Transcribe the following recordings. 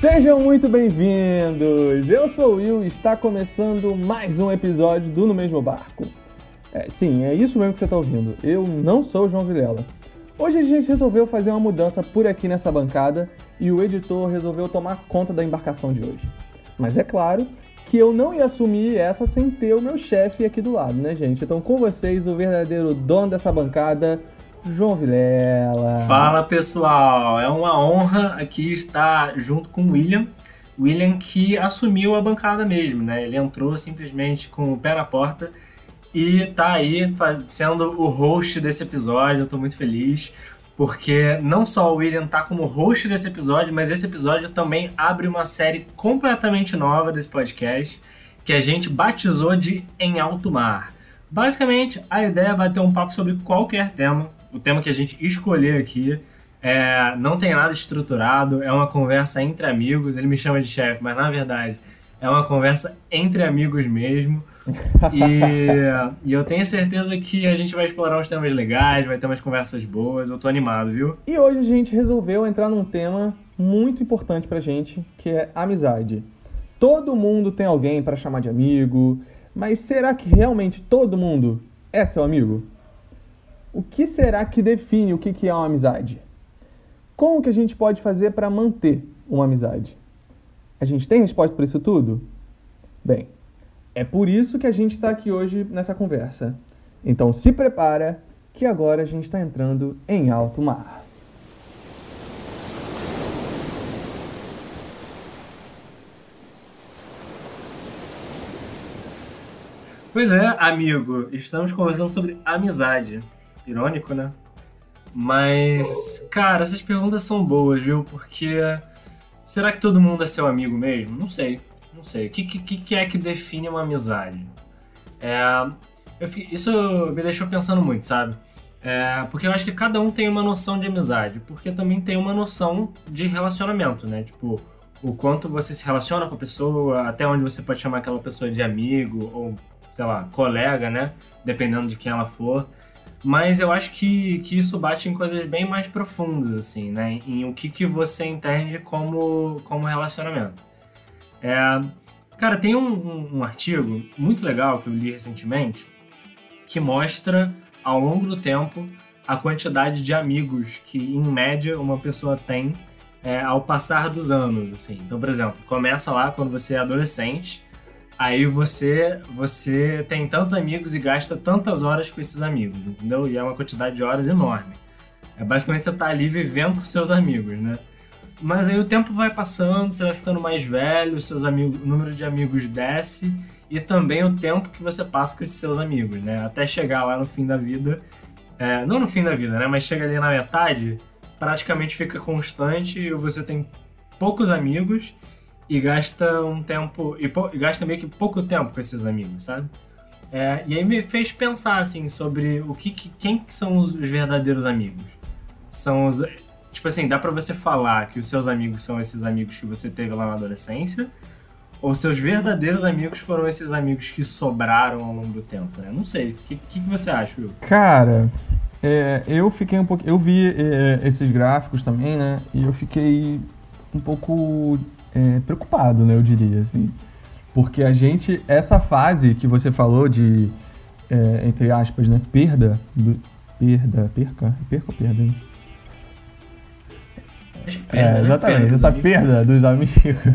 Sejam muito bem-vindos! Eu sou o Will e está começando mais um episódio do No Mesmo Barco. Sim, é isso mesmo que você está ouvindo. Eu não sou o João Vilela. Hoje a gente resolveu fazer uma mudança por aqui nessa bancada e o editor resolveu tomar conta da embarcação de hoje. Mas é claro que eu não ia assumir essa sem ter o meu chefe aqui do lado, né, gente? Então, com vocês, o verdadeiro dono dessa bancada, João Vilela. Fala, pessoal, é uma honra aqui estar junto com o William que assumiu a bancada mesmo, né? Ele entrou simplesmente com o pé na porta e tá aí sendo o host desse episódio. Eu tô muito feliz, porque não só o William tá como host desse episódio, mas esse episódio também abre uma série completamente nova desse podcast, que a gente batizou de Em Alto Mar. Basicamente, a ideia é bater um papo sobre qualquer tema. O tema que a gente escolher aqui não tem nada estruturado, é uma conversa entre amigos. Ele me chama de chefe, mas na verdade é uma conversa entre amigos mesmo. E eu tenho certeza que a gente vai explorar uns temas legais, vai ter umas conversas boas. Eu tô animado, viu? E hoje a gente resolveu entrar num tema muito importante pra gente, que é amizade. Todo mundo tem alguém para chamar de amigo, mas será que realmente todo mundo é seu amigo? O que será que define o que é uma amizade? Como que a gente pode fazer para manter uma amizade? A gente tem resposta para isso tudo? Bem, é por isso que a gente está aqui hoje nessa conversa. Então se prepara, que agora a gente está entrando em alto mar. Pois é, amigo, estamos conversando sobre amizade. Irônico, né? Mas, cara, essas perguntas são boas, viu? Porque será que todo mundo é seu amigo mesmo? Não sei. O que é que define uma amizade? Isso me deixou pensando muito, sabe? Porque eu acho que cada um tem uma noção de amizade, porque também tem uma noção de relacionamento, né? Tipo, o quanto você se relaciona com a pessoa, até onde você pode chamar aquela pessoa de amigo ou, sei lá, colega, né? Dependendo de quem ela for. Mas eu acho que isso bate em coisas bem mais profundas, assim, né? Em o que você entende como relacionamento. Cara, tem um artigo muito legal que eu li recentemente que mostra, ao longo do tempo, a quantidade de amigos que, em média, uma pessoa tem ao passar dos anos, assim. Então, por exemplo, começa lá quando você é adolescente. Aí você tem tantos amigos e gasta tantas horas com esses amigos, entendeu? E é uma quantidade de horas enorme. Basicamente você tá ali vivendo com seus amigos, né? Mas aí o tempo vai passando, você vai ficando mais velho, o número de amigos desce e também o tempo que você passa com esses seus amigos, né? Até chegar lá no fim da vida, não no fim da vida, né? Mas chega ali na metade, praticamente fica constante e você tem poucos amigos e gasta um tempo e gasta meio que pouco tempo com esses amigos, sabe? E aí me fez pensar assim sobre quem que são os verdadeiros amigos. São os, tipo assim, dá pra você falar que os seus amigos são esses amigos que você teve lá na adolescência, ou seus verdadeiros amigos foram esses amigos que sobraram ao longo do tempo, né? Não sei. O que você acha, Will? Cara, eu fiquei um pouco, eu vi esses gráficos também, né? E eu fiquei um pouco preocupado, né, eu diria, assim. Porque essa fase que você falou de, entre aspas, né, perca ou perda, hein? Acho que perda, né? Exatamente, essa perda dos amigos.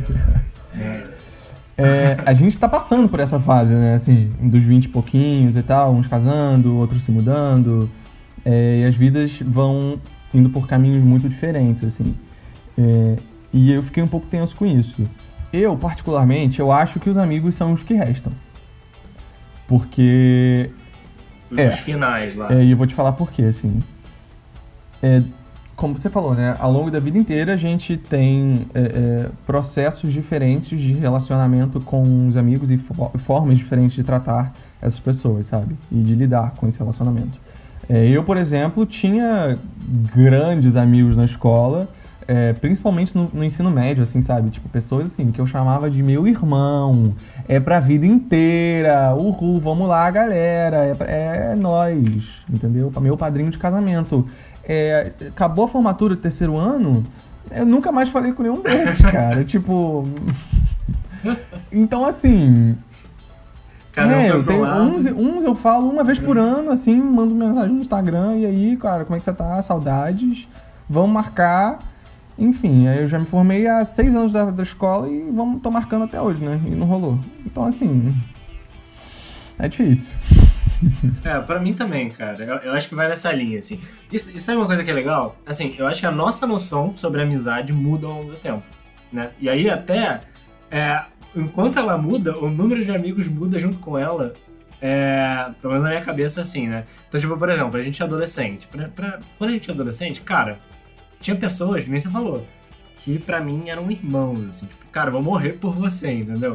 A gente tá passando por essa fase, né, assim, dos 20 e pouquinhos e tal, uns casando, outros se mudando, e as vidas vão indo por caminhos muito diferentes, assim. E eu fiquei um pouco tenso com isso. Eu, particularmente, eu acho que os amigos são os que restam. Porque... Os finais lá. E eu vou te falar por quê, assim. Como você falou, né? Ao longo da vida inteira a gente tem processos diferentes de relacionamento com os amigos e formas diferentes de tratar essas pessoas, sabe? E de lidar com esse relacionamento. Eu, por exemplo, tinha grandes amigos na escola, principalmente no ensino médio, assim, sabe? Tipo, pessoas, assim, que eu chamava de meu irmão, pra vida inteira, uhul, vamos lá, galera, é nós, entendeu? Meu padrinho de casamento. Acabou a formatura do terceiro ano, Eu nunca mais falei com nenhum deles, cara. Tipo. Então, assim. Cada um foi eu pra um tenho lado. uns eu falo uma vez por ano, assim, mando mensagem no Instagram, e aí, cara, como é que você tá? Saudades. Vamos marcar. Enfim, aí eu já me formei há 6 anos da escola e tô marcando até hoje, né? E não rolou. Então, assim. É difícil. Pra mim também, cara. Eu acho que vai nessa linha, assim. E sabe uma coisa que é legal? Assim, eu acho que a nossa noção sobre amizade muda ao longo do tempo, né? E aí até, enquanto ela muda, o número de amigos muda junto com ela. Pelo menos na minha cabeça, assim, né? Então, tipo, por exemplo, a gente é adolescente. Quando a gente é adolescente, cara, tinha pessoas, que nem você falou, que pra mim eram irmãos, assim. Tipo, cara, eu vou morrer por você, entendeu?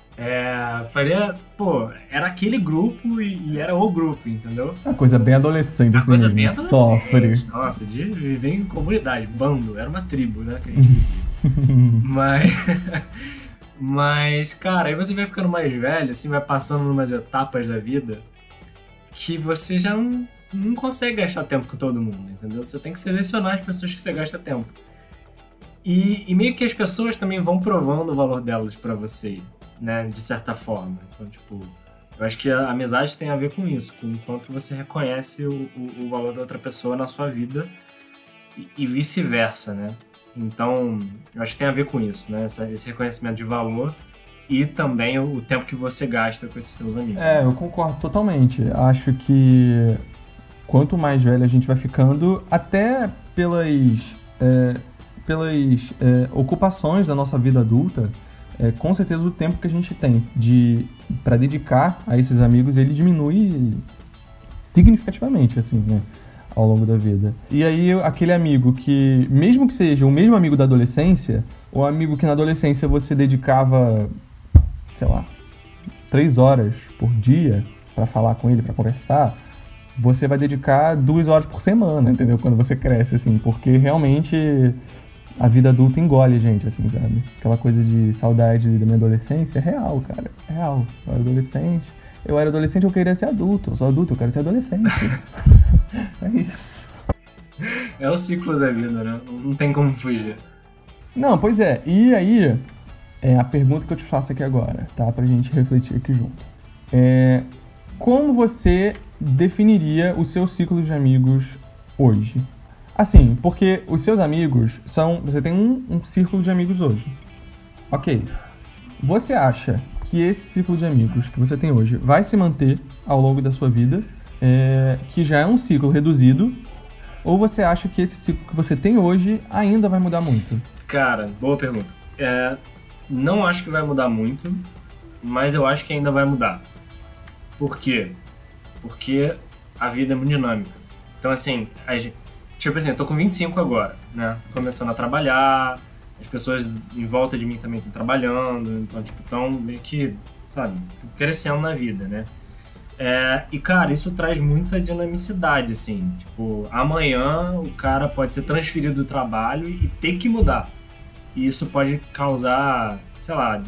Era aquele grupo e era o grupo, entendeu? Uma coisa bem adolescente, A assim. coisa bem adolescente. Sofre. Nossa, de viver em comunidade, bando, era uma tribo, né, que a gente vivia. Mas, cara, aí você vai ficando mais velho, assim, vai passando umas etapas da vida que você já não consegue gastar tempo com todo mundo, entendeu? Você tem que selecionar as pessoas que você gasta tempo. E meio que as pessoas também vão provando o valor delas pra você, né, de certa forma. Então, tipo, eu acho que a amizade tem a ver com isso, com o quanto você reconhece o valor da outra pessoa na sua vida e vice-versa, né? Então, eu acho que tem a ver com isso, né? Esse reconhecimento de valor e também o tempo que você gasta com esses seus amigos. Eu concordo totalmente. Acho que quanto mais velho a gente vai ficando, até pelas ocupações da nossa vida adulta, com certeza o tempo que a gente tem para dedicar a esses amigos, ele diminui significativamente, assim, né, ao longo da vida. E aí aquele amigo que, mesmo que seja o mesmo amigo da adolescência, o amigo que na adolescência você dedicava, sei lá, 3 horas por dia para falar com ele, para conversar, você vai dedicar 2 horas por semana, entendeu? Quando você cresce, assim, porque realmente a vida adulta engole a gente, assim, sabe? Aquela coisa de saudade da minha adolescência é real, cara. É real. Eu era adolescente, eu queria ser adulto. Eu sou adulto, eu quero ser adolescente. É isso. É o ciclo da vida, né? Não tem como fugir. Não, pois é. E aí, a pergunta que eu te faço aqui agora, tá? Pra gente refletir aqui junto. Como você definiria o seu ciclo de amigos hoje? Assim, porque os seus amigos são... Você tem um círculo de amigos hoje. Ok. Você acha que esse círculo de amigos que você tem hoje vai se manter ao longo da sua vida, que já é um ciclo reduzido, ou você acha que esse ciclo que você tem hoje ainda vai mudar muito? Cara, boa pergunta. Não acho que vai mudar muito, mas eu acho que ainda vai mudar. Por quê? Porque a vida é muito dinâmica. Então, assim, tipo assim, eu tô com 25 agora, né? Começando a trabalhar, as pessoas em volta de mim também estão trabalhando, então, tipo, estão meio que, sabe, crescendo na vida, né? E, cara, isso traz muita dinamicidade, assim. Tipo, amanhã o cara pode ser transferido do trabalho e ter que mudar. E isso pode causar, sei lá,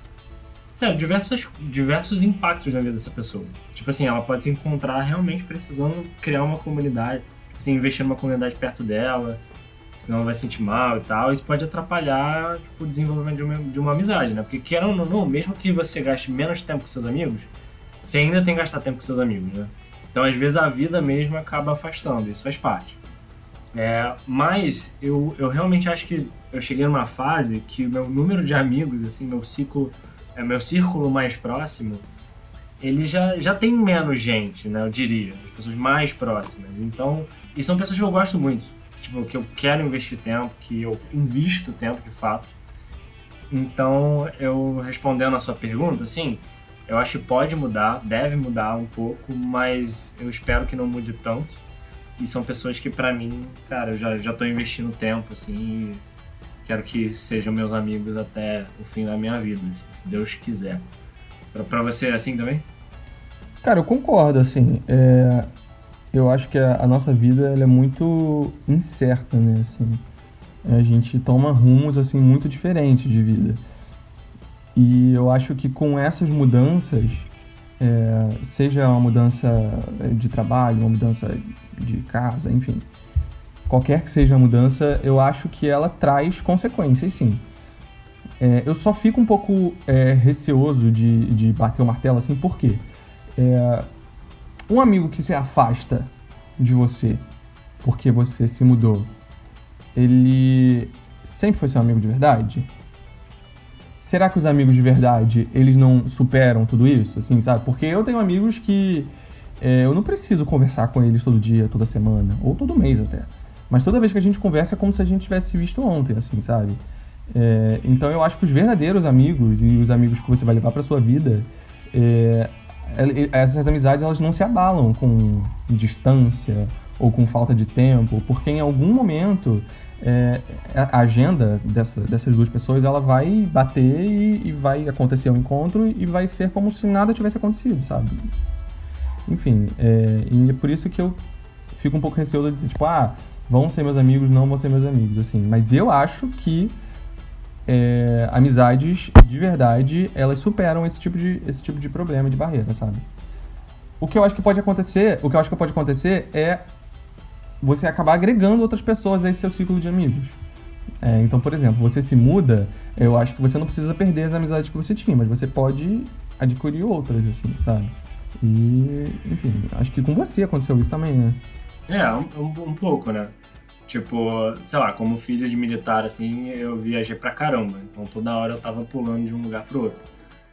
diversos impactos na vida dessa pessoa. Tipo assim, ela pode se encontrar realmente precisando criar uma comunidade, tipo assim, investir numa comunidade perto dela, senão ela vai se sentir mal e tal. Isso pode atrapalhar, tipo, o desenvolvimento de uma amizade, né? Porque, querendo ou não, mesmo que você gaste menos tempo com seus amigos, você ainda tem que gastar tempo com seus amigos, né? Então, às vezes, a vida mesmo acaba afastando, isso faz parte. Mas eu realmente acho que eu cheguei numa fase que o meu número de amigos, assim, meu círculo mais próximo, ele já tem menos gente, né, eu diria, as pessoas mais próximas. Então, e são pessoas que eu gosto muito, tipo, que eu quero investir tempo, que eu invisto tempo, de fato. Então, eu respondendo a sua pergunta, assim, eu acho que pode mudar, deve mudar um pouco, mas eu espero que não mude tanto. E são pessoas que, pra mim, cara, eu já tô investindo tempo, assim, e quero que sejam meus amigos até o fim da minha vida, assim, se Deus quiser. Pra você é assim também? Cara, eu concordo, assim. Eu acho que a nossa vida ela é muito incerta, né? Assim, a gente toma rumos assim muito diferentes de vida. E eu acho que com essas mudanças, seja uma mudança de trabalho, uma mudança de casa, enfim, qualquer que seja a mudança, eu acho que ela traz consequências, sim. Eu só fico um pouco receoso de bater o martelo, assim, por quê? Um amigo que se afasta de você porque você se mudou, ele sempre foi seu amigo de verdade? Será que os amigos de verdade, eles não superam tudo isso, assim, sabe? Porque eu tenho amigos que eu não preciso conversar com eles todo dia, toda semana, ou todo mês até. Mas toda vez que a gente conversa é como se a gente tivesse visto ontem, assim, sabe? Então eu acho que os verdadeiros amigos e os amigos que você vai levar pra sua vida, essas amizades, elas não se abalam com distância ou com falta de tempo, porque em algum momento a agenda dessas duas pessoas, ela vai bater e vai acontecer o encontro e vai ser como se nada tivesse acontecido, sabe? Enfim, e é por isso que eu fico um pouco receoso de dizer, tipo, vão ser meus amigos, não vão ser meus amigos, assim. Mas eu acho que amizades de verdade, elas superam esse tipo de problema, de barreira, sabe? O que eu acho que pode acontecer é você acabar agregando outras pessoas a esse seu ciclo de amigos. Então, por exemplo, você se muda, eu acho que você não precisa perder as amizades que você tinha, mas você pode adquirir outras, assim, sabe? E, enfim, acho que com você aconteceu isso também, né? Um pouco, né? Tipo, sei lá, como filho de militar, assim, eu viajei pra caramba. Então toda hora eu tava pulando de um lugar pro outro.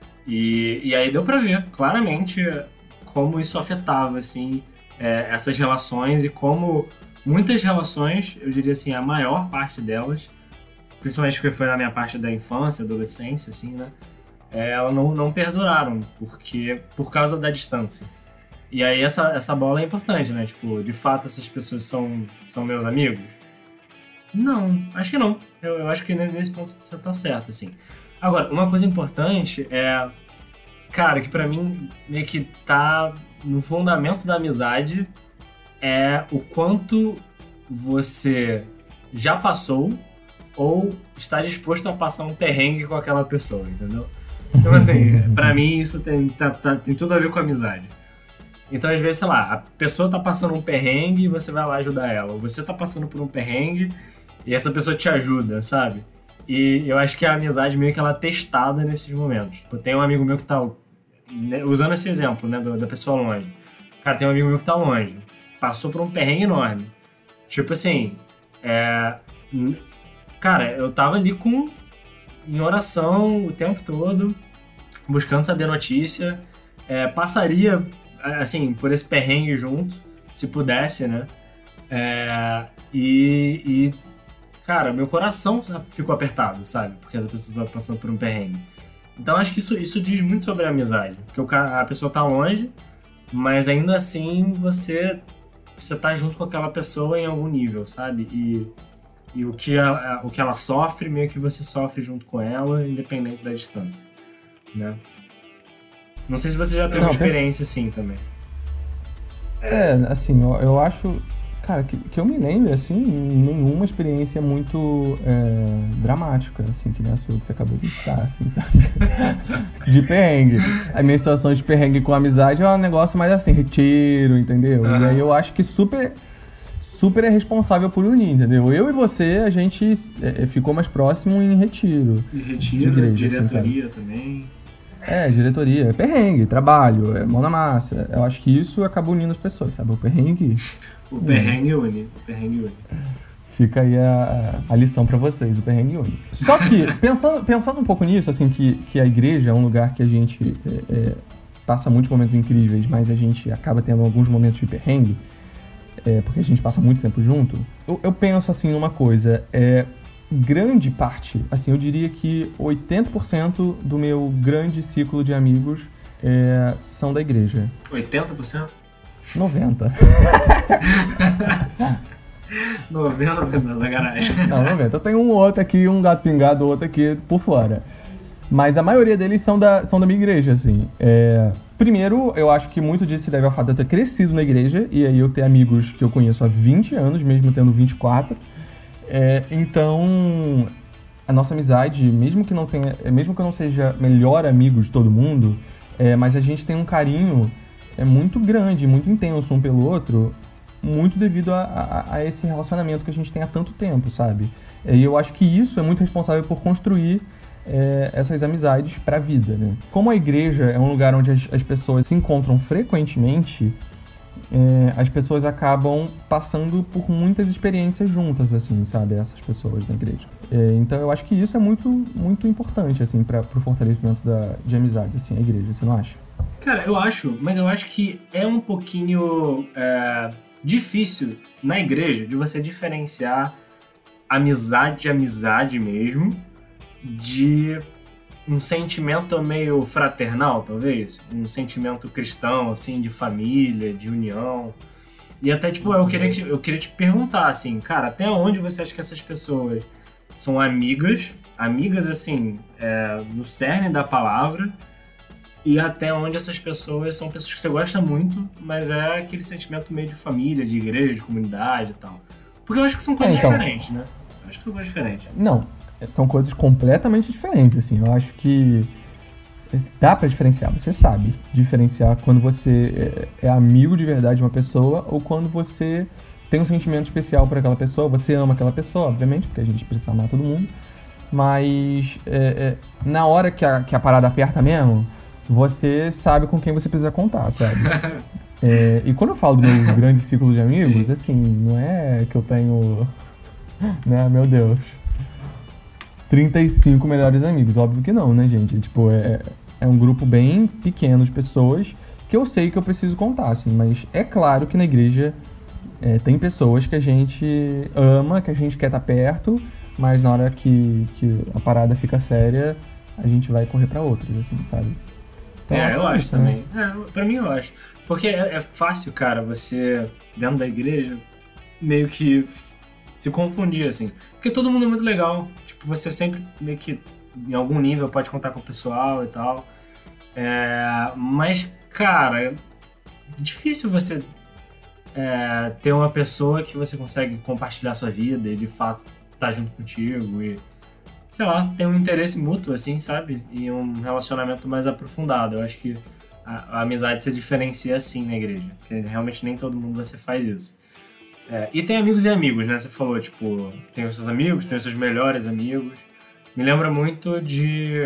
E aí deu pra ver, claramente, como isso afetava, assim, essas relações e como muitas relações, eu diria assim, a maior parte delas, principalmente porque foi na minha parte da infância, adolescência, assim, né? Elas não perduraram, por causa da distância. E aí essa bola é importante, né? Tipo, de fato essas pessoas são meus amigos? Não, acho que não. Eu acho que nesse ponto você tá certo, assim. Agora, uma coisa importante cara, que pra mim meio que tá no fundamento da amizade é o quanto você já passou ou está disposto a passar um perrengue com aquela pessoa, entendeu? Então, assim, pra mim isso tem tudo a ver com amizade. Então, às vezes, sei lá, a pessoa tá passando um perrengue e você vai lá ajudar ela. Ou você tá passando por um perrengue e essa pessoa te ajuda, sabe? E eu acho que a amizade meio que ela é testada nesses momentos. Tipo, tem um amigo meu que tá... Usando esse exemplo, né, da pessoa longe. Cara, tem um amigo meu que tá longe. Passou por um perrengue enorme. Tipo assim, cara, eu tava ali em oração o tempo todo, buscando saber notícia. Passaria, assim, por esse perrengue junto, se pudesse, né? Cara, meu coração ficou apertado, sabe? Porque essa pessoa tá passando por um perrengue. Então acho que isso diz muito sobre a amizade. Porque a pessoa tá longe, mas ainda assim você tá junto com aquela pessoa em algum nível, sabe? E o que ela sofre, meio que você sofre junto com ela, independente da distância, né? Não sei se você já teve uma experiência assim também. Assim, eu acho... Cara, que eu me lembro, assim, nenhuma experiência muito dramática, assim, que nem a sua que você acabou de citar, assim, sabe? De perrengue. As minhas situações de perrengue com amizade é um negócio mais assim, retiro, entendeu? E aí eu acho que super é responsável por unir, entendeu? Eu e você, a gente ficou mais próximo em retiro. E retiro, igreja, diretoria assim, também. Diretoria, perrengue, trabalho, mão na massa. Eu acho que isso acaba unindo as pessoas, sabe? O perrengue... O perrengue une. Fica aí a lição pra vocês, o perrengue une. Só que, pensando um pouco nisso, assim, que a igreja é um lugar que a gente passa muitos momentos incríveis, mas a gente acaba tendo alguns momentos de perrengue, porque a gente passa muito tempo junto, eu penso, assim, numa coisa, grande parte, assim, eu diria que 80% do meu grande ciclo de amigos são da igreja. 80%? 90. 90, não, sacanagem. Não, 90. Eu tenho um outro aqui, um gato pingado, outro aqui por fora. Mas a maioria deles são da minha igreja, assim. Primeiro, eu acho que muito disso se deve ao fato de eu ter crescido na igreja, e aí eu ter amigos que eu conheço há 20 anos, mesmo tendo 24. Então, a nossa amizade, mesmo que eu não seja melhor amigo de todo mundo, mas a gente tem um carinho muito grande, muito intenso um pelo outro, muito devido a esse relacionamento que a gente tem há tanto tempo, sabe? E eu acho que isso é muito responsável por construir essas amizades para a vida, né? Como a igreja é um lugar onde as pessoas se encontram frequentemente, as pessoas acabam passando por muitas experiências juntas, assim, sabe? Essas pessoas na igreja. Então eu acho que isso é muito, muito importante, assim, para o fortalecimento de amizade, assim, a igreja, você não acha? Cara, eu acho, mas eu acho que é um pouquinho difícil na igreja de você diferenciar amizade mesmo, de um sentimento meio fraternal, talvez. Um sentimento cristão, assim, de família, de união. E até, tipo, eu queria te perguntar, assim, cara, até onde você acha que essas pessoas são amigas, assim, no cerne da palavra, e até onde essas pessoas são pessoas que você gosta muito, mas é aquele sentimento meio de família, de igreja, de comunidade e tal. Porque eu acho que são coisas diferentes, né? Eu acho que são coisas diferentes. Não, são coisas completamente diferentes, assim. Eu acho que dá pra diferenciar, você sabe diferenciar quando você é amigo de verdade de uma pessoa ou quando você tem um sentimento especial por aquela pessoa, você ama aquela pessoa, obviamente, porque a gente precisa amar todo mundo, mas na hora que a parada aperta mesmo, você sabe com quem você precisa contar, sabe? E quando eu falo do meu grande ciclo de amigos, sim, assim, não é que eu tenho, né, meu Deus, 35 melhores amigos, óbvio que não, né, gente? Tipo, é um grupo bem pequeno de pessoas que eu sei que eu preciso contar, assim, mas é claro que na igreja tem pessoas que a gente ama, que a gente quer estar perto, mas na hora que a parada fica séria, a gente vai correr pra outras, assim, sabe? Então, eu acho também. Pra mim eu acho. Porque é fácil, cara, você, dentro da igreja, meio que se confundir, assim. Porque todo mundo é muito legal. Tipo, você sempre meio que, em algum nível, pode contar com o pessoal e tal. Mas, cara, é difícil você ter uma pessoa que você consegue compartilhar sua vida e, de fato, tá junto contigo e, sei lá, tem um interesse mútuo, assim, sabe? E um relacionamento mais aprofundado. Eu acho que a amizade se diferencia assim na igreja. Porque realmente nem todo mundo você faz isso. E tem amigos e amigos, né? Você falou, tipo, tem os seus amigos, tem os seus melhores amigos. Me lembra muito de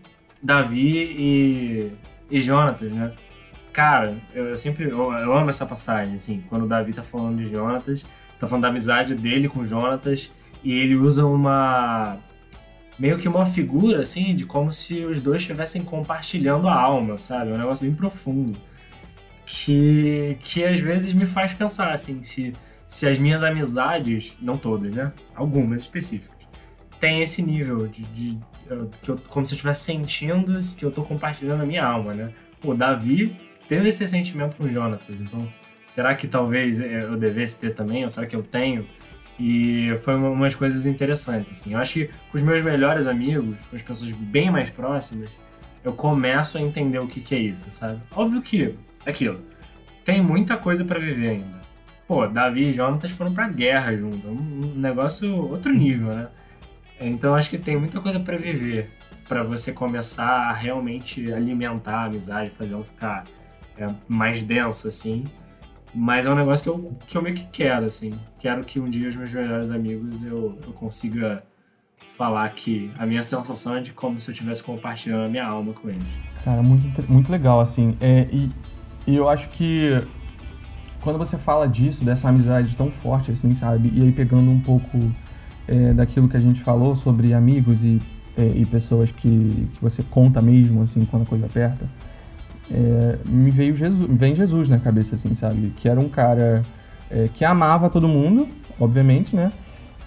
Davi e Jonatas, né? Cara, eu amo essa passagem, assim, quando o Davi tá falando de Jonatas, tá falando da amizade dele com Jonatas, e ele usa meio que uma figura, assim, de como se os dois estivessem compartilhando a alma, sabe? É um negócio bem profundo. Que às vezes me faz pensar, assim, se as minhas amizades, não todas, né? Algumas específicas, têm esse nível como se eu estivesse sentindo que eu tô compartilhando a minha alma, né? Pô, Davi teve esse sentimento com Jonatas, então será que talvez eu devesse ter também, ou será que eu tenho? E foi umas coisas interessantes, assim. Eu acho que com os meus melhores amigos, com as pessoas bem mais próximas, eu começo a entender o que é isso, sabe? Óbvio que, aquilo, tem muita coisa pra viver ainda. Pô, Davi e Jonatas foram pra guerra junto, um negócio outro nível, né? Então acho que tem muita coisa pra viver, pra você começar a realmente alimentar a amizade, fazer ela ficar mais densa, assim. Mas é um negócio que eu meio que quero, assim. Quero que um dia os meus melhores amigos eu consiga falar que a minha sensação é de como se eu estivesse compartilhando a minha alma com eles. Cara, muito, muito legal, assim. E eu acho que quando você fala disso, dessa amizade tão forte, assim, sabe? E aí pegando um pouco daquilo que a gente falou sobre amigos e pessoas que você conta mesmo, assim, quando a coisa aperta, me vem Jesus na cabeça, assim, sabe? Que era um cara que amava todo mundo, obviamente, né?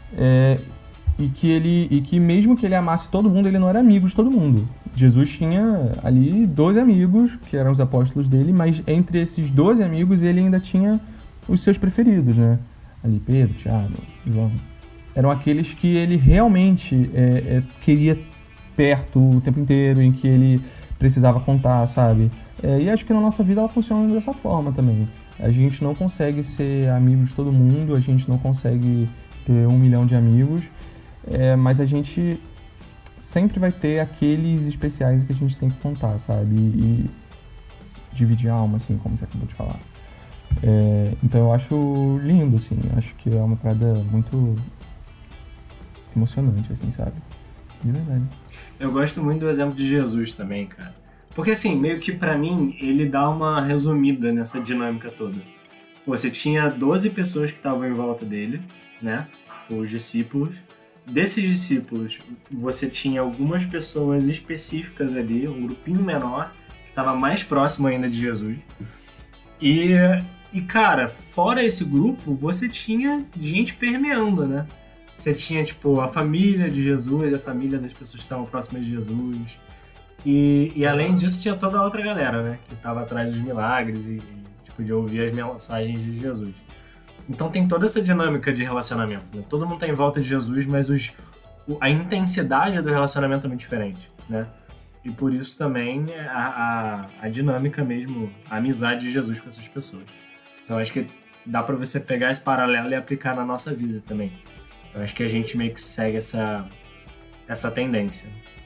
E que mesmo que ele amasse todo mundo, ele não era amigo de todo mundo. Jesus tinha ali 12 amigos, que eram os apóstolos dele, mas entre esses 12 amigos ele ainda tinha os seus preferidos, né? Ali Pedro, Tiago, João. Eram aqueles que ele realmente queria perto o tempo inteiro, em que ele precisava contar, sabe? E acho que na nossa vida ela funciona dessa forma também. A gente não consegue ser amigo de todo mundo, a gente não consegue ter 1 milhão de amigos, mas a gente sempre vai ter aqueles especiais que a gente tem que contar, sabe? E dividir a alma, assim, como você acabou de falar. Então eu acho lindo, assim, acho que é uma parada muito emocionante, assim, sabe? De verdade. Eu gosto muito do exemplo de Jesus também, cara. Porque assim, meio que pra mim, ele dá uma resumida nessa dinâmica toda. Pô, você tinha 12 pessoas que estavam em volta dele, né? Tipo, os discípulos. Desses discípulos, você tinha algumas pessoas específicas ali, um grupinho menor, que estava mais próximo ainda de Jesus. E, cara, fora esse grupo, você tinha gente permeando, né? Você tinha, tipo, a família de Jesus, a família das pessoas que estavam próximas de Jesus. E além disso, tinha toda a outra galera, né? Que estava atrás dos milagres e tipo, de ouvir as mensagens de Jesus. Então tem toda essa dinâmica de relacionamento, né? Todo mundo tá em volta de Jesus, mas a intensidade do relacionamento é muito diferente, né? E por isso também a dinâmica mesmo, a amizade de Jesus com essas pessoas. Então acho que dá pra você pegar esse paralelo e aplicar na nossa vida também. Eu acho que a gente meio que segue essa tendência.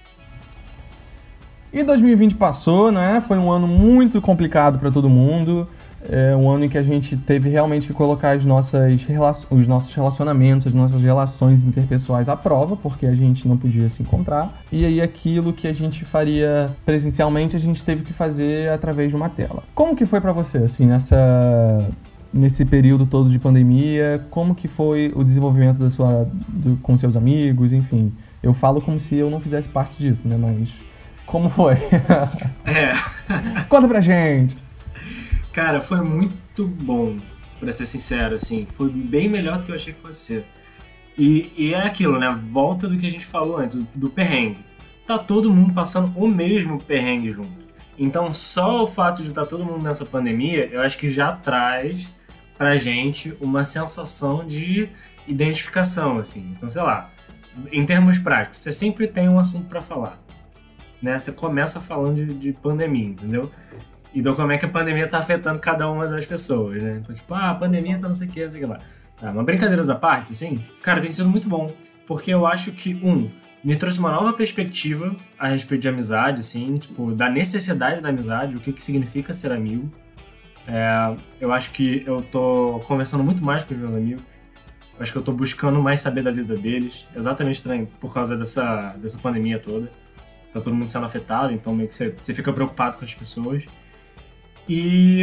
E 2020 passou, né? Foi um ano muito complicado para todo mundo. É um ano em que a gente teve realmente que colocar os nossos relacionamentos, as nossas relações interpessoais à prova, porque a gente não podia se encontrar. E aí aquilo que a gente faria presencialmente, a gente teve que fazer através de uma tela. Como que foi para você, assim, nesse período todo de pandemia? Como que foi o desenvolvimento com seus amigos, enfim? Eu falo como se eu não fizesse parte disso, né? Mas como foi? Conta pra gente! Cara, foi muito bom, pra ser sincero, assim. Foi bem melhor do que eu achei que fosse ser. E é aquilo, né? Volta do que a gente falou antes, do perrengue. Tá todo mundo passando o mesmo perrengue junto. Então, só o fato de estar todo mundo nessa pandemia, eu acho que já traz pra gente uma sensação de identificação, assim. Então, sei lá, em termos práticos, você sempre tem um assunto pra falar, né? Você começa falando de pandemia, entendeu? Então, como é que a pandemia tá afetando cada uma das pessoas, né? Então, tipo, a pandemia tá não sei o que, não sei o que lá. Tá, mas brincadeiras à parte, assim, cara, tem sido muito bom. Porque eu acho que, me trouxe uma nova perspectiva a respeito de amizade, assim, tipo, da necessidade da amizade, o que significa ser amigo. Eu acho que eu tô conversando muito mais com os meus amigos. Eu acho que eu tô buscando mais saber da vida deles, exatamente também por causa dessa pandemia toda. Tá todo mundo sendo afetado, então meio que você fica preocupado com as pessoas. E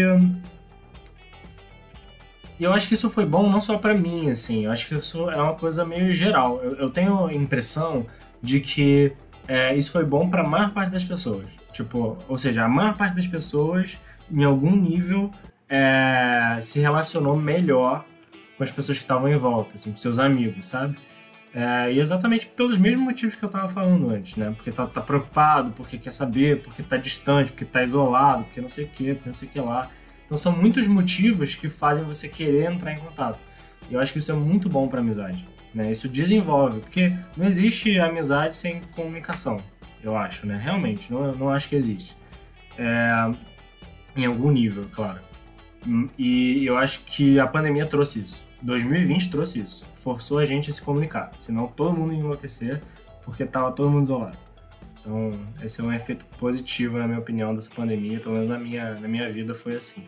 eu acho que isso foi bom não só pra mim, assim. Eu acho que isso é uma coisa meio geral. Eu tenho a impressão de que isso foi bom pra maior parte das pessoas. Tipo, ou seja, a maior parte das pessoas, em algum nível, se relacionou melhor com as pessoas que estavam em volta, assim, com seus amigos, sabe? E exatamente pelos mesmos motivos que eu tava falando antes, né? Porque tá preocupado, porque quer saber, porque tá distante, porque tá isolado, porque não sei o que, porque não sei o que lá. Então são muitos motivos que fazem você querer entrar em contato. E eu acho que isso é muito bom pra amizade, né? Isso desenvolve, porque não existe amizade sem comunicação, eu acho, né? Realmente, não acho que existe. Em algum nível, claro. E eu acho que a pandemia trouxe isso. 2020 trouxe isso. Forçou a gente a se comunicar. Senão todo mundo ia enlouquecer porque tava todo mundo isolado. Então, esse é um efeito positivo, na minha opinião, dessa pandemia. Pelo menos na minha vida foi assim.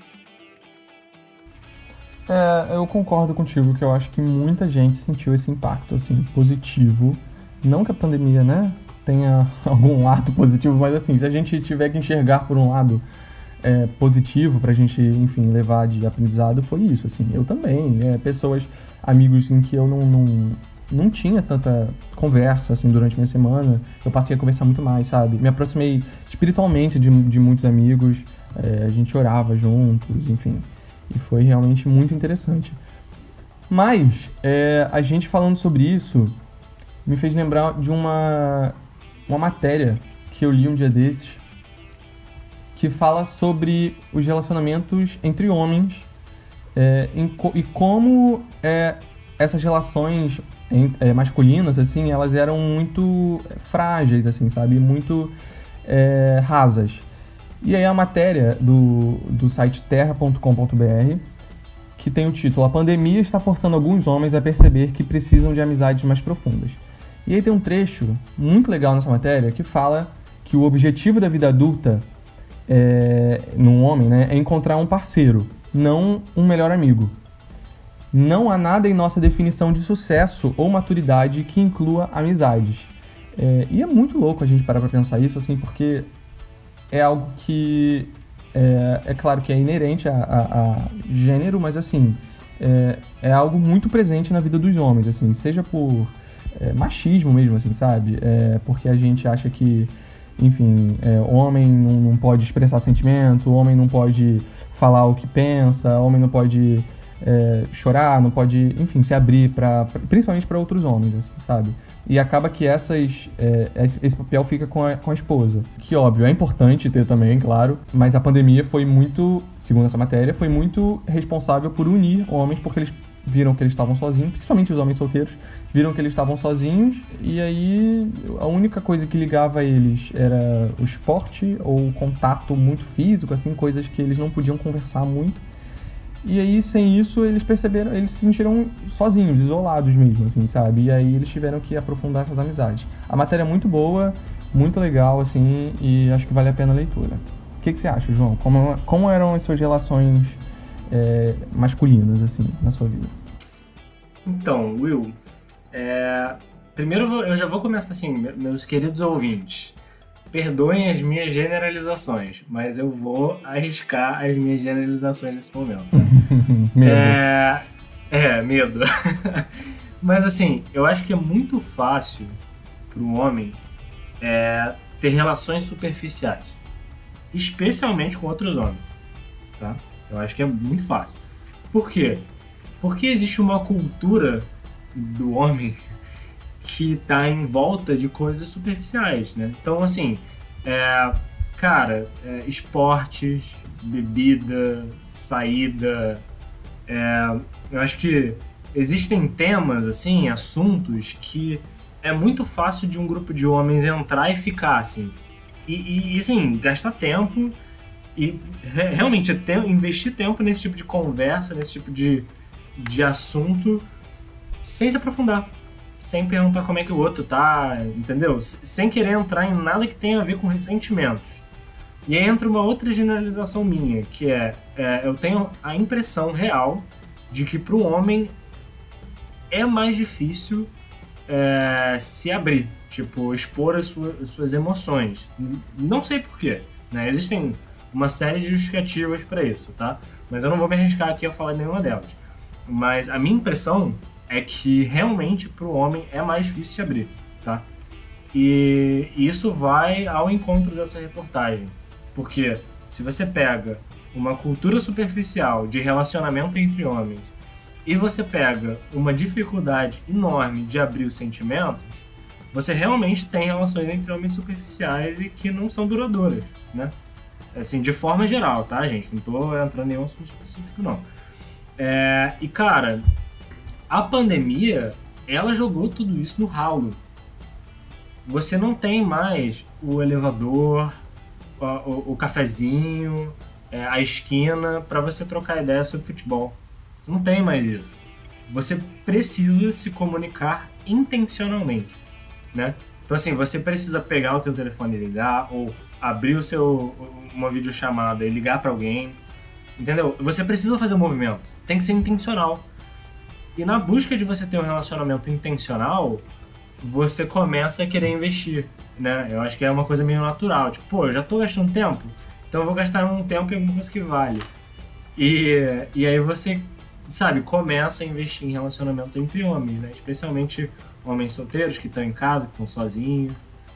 Eu concordo contigo que eu acho que muita gente sentiu esse impacto, assim, positivo. Não que a pandemia, né, tenha algum lado positivo, mas assim, se a gente tiver que enxergar por um lado positivo pra gente, enfim, levar de aprendizado, foi isso, assim. Eu também, pessoas, amigos em que eu não tinha tanta conversa, assim, durante a minha semana, eu passei a conversar muito mais, sabe? Me aproximei espiritualmente de muitos amigos, a gente orava juntos, enfim, e foi realmente muito interessante. Mas, a gente falando sobre isso, me fez lembrar de uma matéria que eu li um dia desses, que fala sobre os relacionamentos entre homens e como essas relações masculinas, assim, elas eram muito frágeis, assim, sabe? Muito rasas. E aí a matéria do site terra.com.br, que tem o título: A pandemia está forçando alguns homens a perceber que precisam de amizades mais profundas. E aí tem um trecho muito legal nessa matéria que fala que o objetivo da vida adulta num homem, né, é encontrar um parceiro, não um melhor amigo. Não há nada em nossa definição de sucesso ou maturidade que inclua amizades. E é muito louco a gente parar pra pensar isso, assim, porque é algo que é claro que é inerente a gênero, mas assim, é algo muito presente na vida dos homens, assim, seja por machismo mesmo, assim, sabe? Porque a gente acha que, enfim, homem não pode expressar sentimento, homem não pode falar o que pensa, homem não pode chorar, não pode, enfim, se abrir principalmente para outros homens, assim, sabe? E acaba que esse papel fica com a esposa. Que, óbvio, é importante ter também, claro, mas a pandemia foi muito, segundo essa matéria, foi muito responsável por unir homens, porque eles viram que eles estavam sozinhos, principalmente os homens solteiros, viram que eles estavam sozinhos, e aí a única coisa que ligava eles era o esporte ou o contato muito físico, assim, coisas que eles não podiam conversar muito. E aí, sem isso, eles se sentiram sozinhos, isolados mesmo, assim, sabe? E aí eles tiveram que aprofundar essas amizades. A matéria é muito boa, muito legal, assim, e acho que vale a pena a leitura. O que você acha, João? Como eram as suas relações masculinas, assim, na sua vida? Então, Will, primeiro eu já vou começar assim, meus queridos ouvintes. Perdoem as minhas generalizações, mas eu vou arriscar as minhas generalizações nesse momento. Medo. Medo. Mas assim, eu acho que é muito fácil para um homem ter relações superficiais, especialmente com outros homens, tá? Eu acho que é muito fácil. Por quê? Porque existe uma cultura do homem que tá em volta de coisas superficiais, né? Então, assim, esportes, bebida, saída, eu acho que existem temas, assim, assuntos que é muito fácil de um grupo de homens entrar e ficar, assim, e assim, gastar tempo e realmente investir tempo nesse tipo de conversa, nesse tipo de assunto, sem se aprofundar. Sem perguntar como é que o outro tá, entendeu? Sem querer entrar em nada que tenha a ver com ressentimentos. E aí entra uma outra generalização minha, que eu tenho a impressão real de que para o homem é mais difícil se abrir, tipo, expor as suas emoções. Não sei porquê, né? Existem uma série de justificativas para isso, tá? Mas eu não vou me arriscar aqui a falar nenhuma delas. Mas a minha impressão é que realmente para o homem é mais difícil se abrir, tá? E isso vai ao encontro dessa reportagem. Porque se você pega uma cultura superficial de relacionamento entre homens e você pega uma dificuldade enorme de abrir os sentimentos, você realmente tem relações entre homens superficiais e que não são duradouras, né? Assim, de forma geral, tá, gente? Não tô entrando em nenhum assunto específico, não. E, cara, a pandemia, ela jogou tudo isso no ralo. Você não tem mais o elevador, o cafezinho, a esquina para você trocar ideia sobre futebol. Você não tem mais isso. Você precisa se comunicar intencionalmente, né? Então, assim, você precisa pegar o teu telefone e ligar, ou abrir uma videochamada e ligar para alguém, entendeu? Você precisa fazer um movimento. Tem que ser intencional. E na busca de você ter um relacionamento intencional, você começa a querer investir, né? Eu acho que é uma coisa meio natural. Tipo, pô, eu já tô gastando tempo, então eu vou gastar um tempo em alguma coisa que vale. E aí você, sabe, começa a investir em relacionamentos entre homens, né? Especialmente homens solteiros que estão em casa, que estão sozinhos.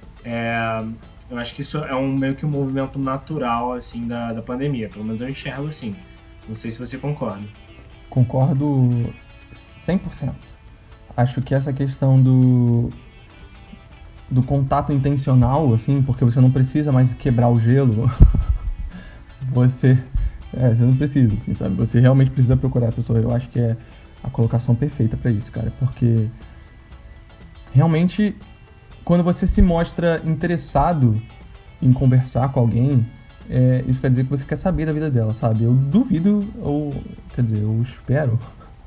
Eu acho que isso é meio que um movimento natural, assim, da pandemia. Pelo menos eu enxergo assim. Não sei se você concorda. Concordo 100%. Acho que essa questão do contato intencional, assim, porque você não precisa mais quebrar o gelo, você não precisa, assim, sabe? Você realmente precisa procurar a pessoa. Eu acho que é a colocação perfeita pra isso, cara, porque realmente quando você se mostra interessado em conversar com alguém, isso quer dizer que você quer saber da vida dela, sabe? Eu duvido, eu espero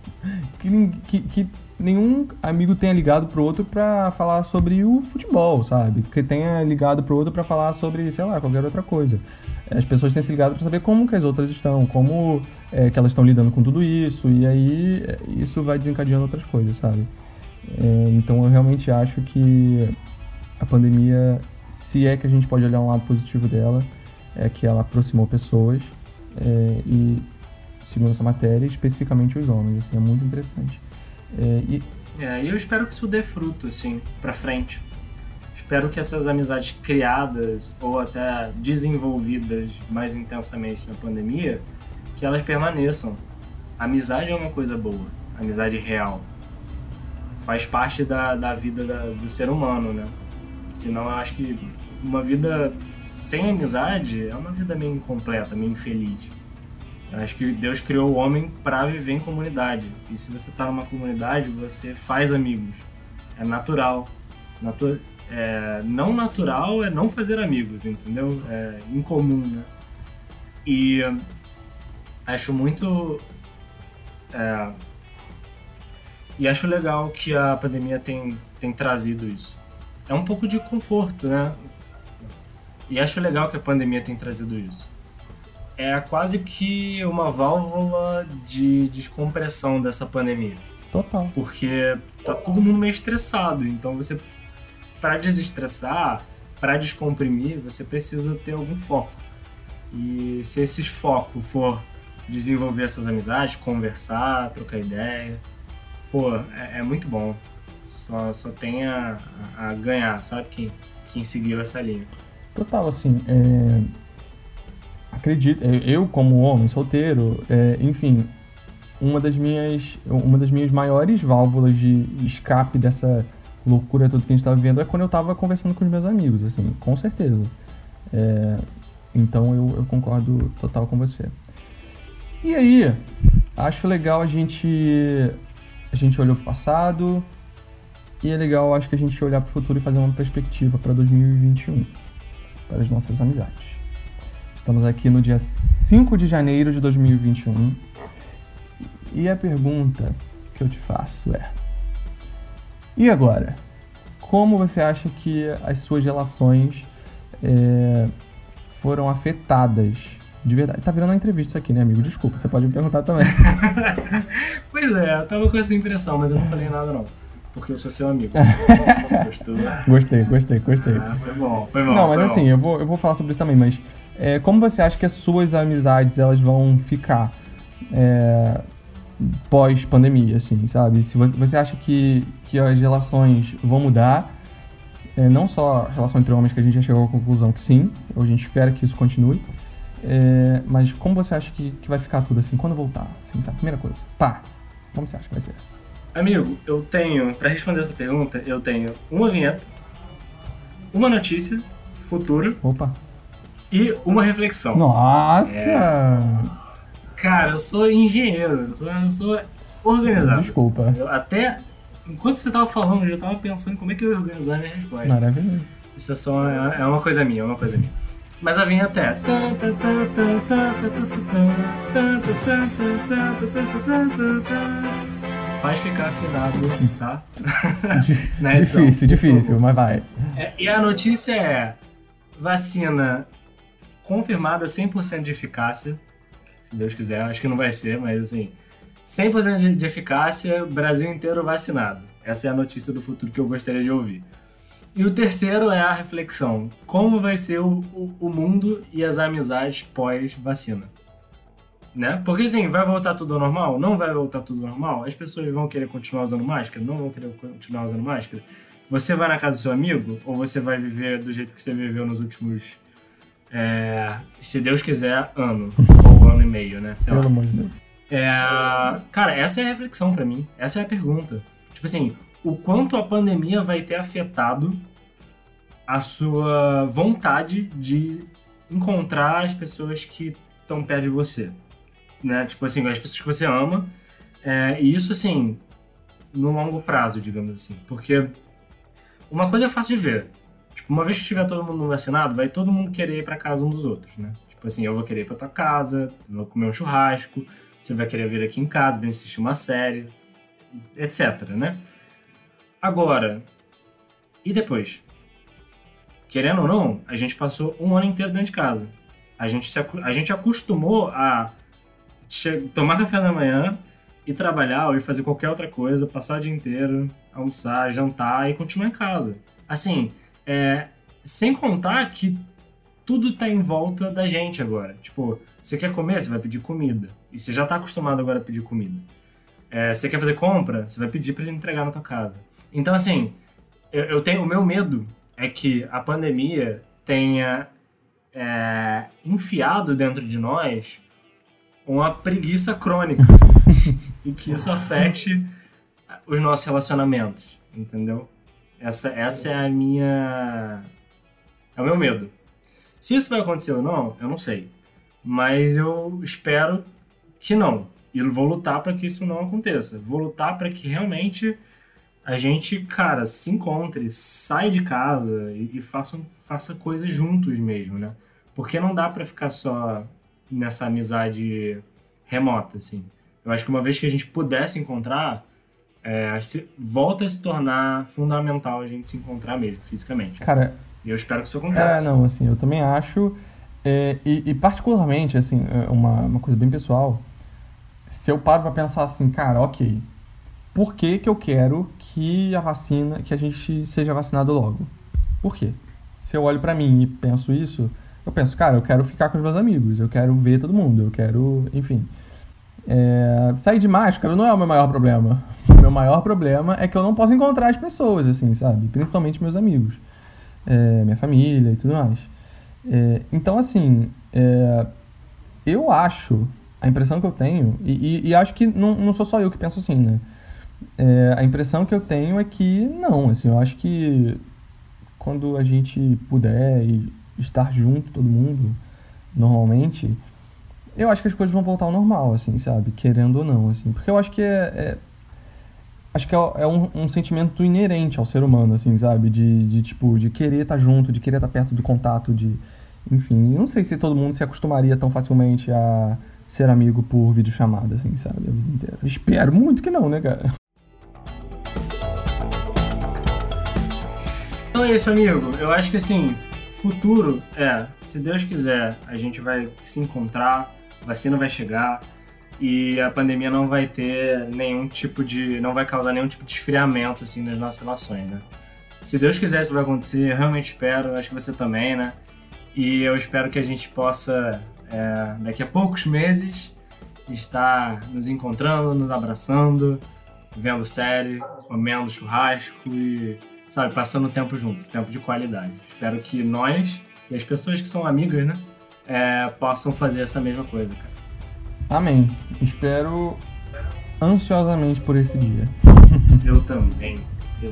que nenhum amigo tenha ligado pro outro pra falar sobre o futebol, sabe? Que tenha ligado pro outro pra falar sobre, sei lá, qualquer outra coisa. as pessoas têm se ligado para saber como que as outras estão, como que elas estão lidando com tudo isso, e aí isso vai desencadeando outras coisas, sabe? Então eu realmente acho que a pandemia, se é que a gente pode olhar um lado positivo dela, é que ela aproximou pessoas, e segundo essa matéria, especificamente os homens, assim, é muito interessante. E eu espero que isso dê fruto, assim, pra frente. Espero que essas amizades criadas ou até desenvolvidas mais intensamente na pandemia, que elas permaneçam. A amizade é uma coisa boa, a amizade real. Faz parte da vida do ser humano, né? Senão eu acho que uma vida sem amizade é uma vida meio incompleta, meio infeliz. Eu acho que Deus criou o homem para viver em comunidade. E se você tá numa comunidade, você faz amigos. É natural. Não natural é não fazer amigos, entendeu? É incomum, né? E acho muito... E acho legal que a pandemia tem trazido isso. É um pouco de conforto, né? E acho legal que a pandemia tem trazido isso. É quase que uma válvula de descompressão dessa pandemia. Total. Porque tá todo mundo meio estressado, então você, para desestressar, para descomprimir, você precisa ter algum foco. E se esse foco for desenvolver essas amizades, conversar, trocar ideia, é muito bom. Só tem a ganhar, sabe? Quem seguiu essa linha. Total, assim, acredito, eu como homem solteiro, enfim, uma das minhas maiores válvulas de escape dessa loucura toda que a gente estava vivendo é quando eu estava conversando com os meus amigos, assim, com certeza. Então eu concordo total com você. E aí, acho legal a gente olhou pro passado, e é legal, acho que a gente olhar pro futuro e fazer uma perspectiva para 2021, para as nossas amizades. Estamos aqui no dia 5 de janeiro de 2021, e a pergunta que eu te faço é: e agora? Como você acha que as suas relações foram afetadas de verdade? Tá virando uma entrevista isso aqui, né, amigo? Desculpa, você pode me perguntar também. Pois eu tava com essa impressão, mas eu não falei nada não. Porque eu sou seu amigo. Gostou? Gostei. Foi bom. Não, mas assim, eu vou falar sobre isso também, mas como você acha que as suas amizades, elas vão ficar pós-pandemia, assim, sabe? Se você acha que as relações vão mudar, não só a relação entre homens, que a gente já chegou à conclusão que sim, a gente espera que isso continue, mas como você acha que vai ficar tudo assim, quando voltar, assim, sabe? Primeira coisa, como você acha que vai ser? Amigo, pra responder essa pergunta, eu tenho uma vinheta, uma notícia, futuro. Opa! E uma reflexão. Nossa! Cara, eu sou engenheiro, eu sou organizado. Desculpa. Enquanto você tava falando, eu já tava pensando como é que eu ia organizar a minha resposta. Maravilhoso. Isso é uma coisa minha, Mas a vinheta é... Faz ficar afinado, tá? Na edição, difícil, mas vai. E a notícia é: vacina confirmada 100% de eficácia. Se Deus quiser, acho que não vai ser, mas assim, 100% de eficácia, Brasil inteiro vacinado. Essa é a notícia do futuro que eu gostaria de ouvir. E o terceiro é a reflexão: como vai ser o mundo e as amizades pós-vacina? Né? Porque assim, vai voltar tudo ao normal? Não vai voltar tudo ao normal? As pessoas vão querer continuar usando máscara? Não vão querer continuar usando máscara? Você vai na casa do seu amigo? Ou você vai viver do jeito que você viveu nos últimos, se Deus quiser, ano? Ou ano e meio, né? Sei lá. Pelo amor de Deus. Cara, essa é a reflexão pra mim. Essa é a pergunta. Tipo assim, o quanto a pandemia vai ter afetado a sua vontade de encontrar as pessoas que estão perto de você. Né? Tipo assim, as pessoas que você ama. E isso, assim, no longo prazo, digamos assim. Porque uma coisa é fácil de ver. Tipo, uma vez que estiver todo mundo vacinado, vai todo mundo querer ir pra casa um dos outros, né? Tipo assim, eu vou querer ir pra tua casa, vou comer um churrasco, você vai querer vir aqui em casa, vir assistir uma série, etc, né? Agora, e depois? Querendo ou não, a gente passou um ano inteiro dentro de casa. A gente acostumou a tomar café da manhã, ir trabalhar ou ir fazer qualquer outra coisa, passar o dia inteiro, almoçar, jantar e continuar em casa. Assim, sem contar que tudo tá em volta da gente agora. Tipo, você quer comer, você vai pedir comida. E você já tá acostumado agora a pedir comida. Você quer fazer compra, você vai pedir pra ele entregar na tua casa. Então, assim, o meu medo é que a pandemia tenha enfiado dentro de nós uma preguiça crônica e que isso afete os nossos relacionamentos, entendeu? Essa é o meu medo. Se isso vai acontecer ou não, eu não sei. Mas eu espero que não. E eu vou lutar para que isso não aconteça. Vou lutar para que realmente a gente, cara, se encontre, saia de casa e faça coisas juntos mesmo, né? Porque não dá para ficar só nessa amizade remota, assim. Eu acho que uma vez que a gente puder se encontrar, acho que volta a se tornar fundamental a gente se encontrar mesmo, fisicamente. Cara, e eu espero que isso aconteça. não, assim, eu também acho, e particularmente, assim, uma coisa bem pessoal, se eu paro pra pensar assim, cara, ok, por que eu quero que a gente seja vacinado logo? Por quê? Se eu olho pra mim e penso isso, eu penso, cara, eu quero ficar com os meus amigos, eu quero ver todo mundo, eu quero, enfim. Sair de máscara não é o meu maior problema. O meu maior problema é que eu não posso encontrar as pessoas, assim, sabe? Principalmente meus amigos, minha família e tudo mais. Então, assim, eu acho, a impressão que eu tenho, e acho que não sou só eu que penso assim, né? A impressão que eu tenho é que não, assim, eu acho que quando a gente puder estar junto, todo mundo, normalmente, eu acho que as coisas vão voltar ao normal, assim, sabe? Querendo ou não, assim. Porque eu acho que acho que é um sentimento inerente ao ser humano, assim, sabe? De querer estar junto, de querer estar perto do contato, enfim, eu não sei se todo mundo se acostumaria tão facilmente a ser amigo por videochamada, assim, sabe? A vida inteira. Espero muito que não, né, cara? Então é isso, amigo. Eu acho que, assim, futuro se Deus quiser, a gente vai se encontrar, a vacina vai chegar e a pandemia não vai ter não vai causar nenhum tipo de esfriamento, assim, nas nossas relações, né? Se Deus quiser, isso vai acontecer, eu realmente espero, acho que você também, né? E eu espero que a gente possa, daqui a poucos meses, estar nos encontrando, nos abraçando, vendo série, comendo churrasco e, sabe, passando tempo junto, tempo de qualidade. Espero que nós e as pessoas que são amigas, né, possam fazer essa mesma coisa, cara. Amém. Espero ansiosamente por esse dia. Eu também.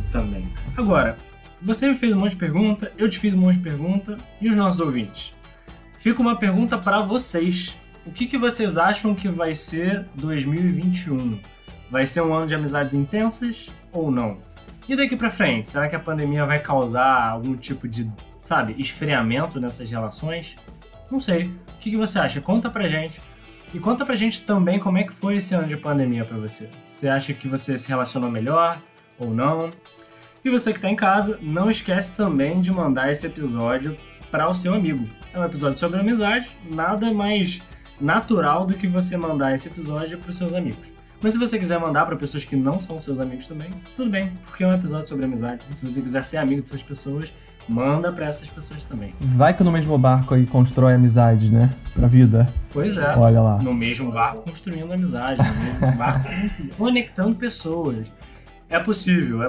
Agora, você me fez um monte de pergunta, eu te fiz um monte de pergunta, e os nossos ouvintes? Fica uma pergunta para vocês. O que vocês acham que vai ser 2021? Vai ser um ano de amizades intensas ou não? E daqui pra frente, será que a pandemia vai causar algum tipo de, sabe, esfriamento nessas relações? Não sei. O que você acha? Conta pra gente. E conta pra gente também como é que foi esse ano de pandemia pra você. Você acha que você se relacionou melhor ou não? E você que tá em casa, não esquece também de mandar esse episódio para o seu amigo. É um episódio sobre amizade, nada mais natural do que você mandar esse episódio para os seus amigos. Mas se você quiser mandar para pessoas que não são seus amigos também, tudo bem, porque é um episódio sobre amizade. E se você quiser ser amigo dessas pessoas, manda para essas pessoas também. Vai que no mesmo barco aí constrói amizade, né? Pra vida. Pois é. Olha lá. No mesmo barco construindo amizade, no mesmo barco conectando pessoas. É possível.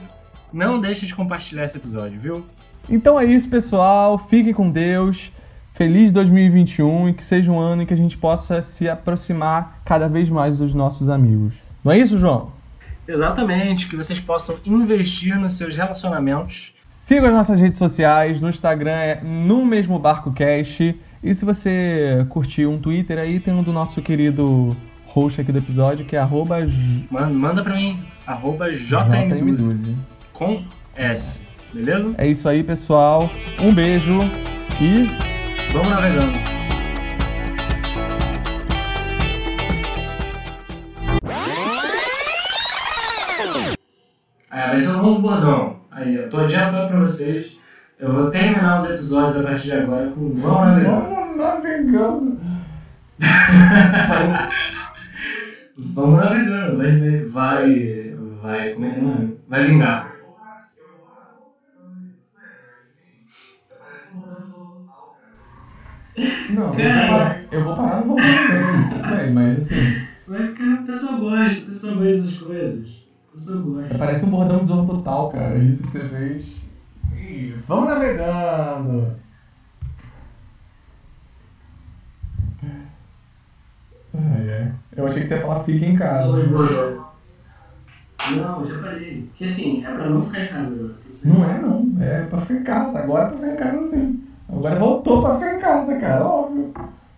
Não deixe de compartilhar esse episódio, viu? Então é isso, pessoal. Fiquem com Deus. Feliz 2021 e que seja um ano em que a gente possa se aproximar cada vez mais dos nossos amigos. Não é isso, João? Exatamente, que vocês possam investir nos seus relacionamentos. Siga as nossas redes sociais, no Instagram é No Mesmo Barco Cast. E se você curtir um Twitter aí, tem um do nosso querido host aqui do episódio, que é Manda pra mim, @JMDuzi. Com S, beleza? É isso aí, pessoal. Um beijo e... vamos navegando. Esse é o novo bordão. Aí, eu tô adiantando pra vocês. Eu vou terminar os episódios a partir de agora com vamos navegando. navegando. Vamos navegando, vai, como é que é o nome? Vai vingar. Não, Cara. eu vou parar no voo também, mas assim... Vai ficar, a pessoa gosta das coisas. A pessoa gosta. Parece um bordão de Zorro Total, cara, isso que você fez. Ih, vamos navegando! Eu achei que você ia falar fica em casa. Sou boa. Não, já parei. Porque assim, é pra não ficar em casa agora. Não é não, é pra ficar em casa. Agora é pra ficar em casa sim. Agora voltou pra ficar em casa, cara, óbvio.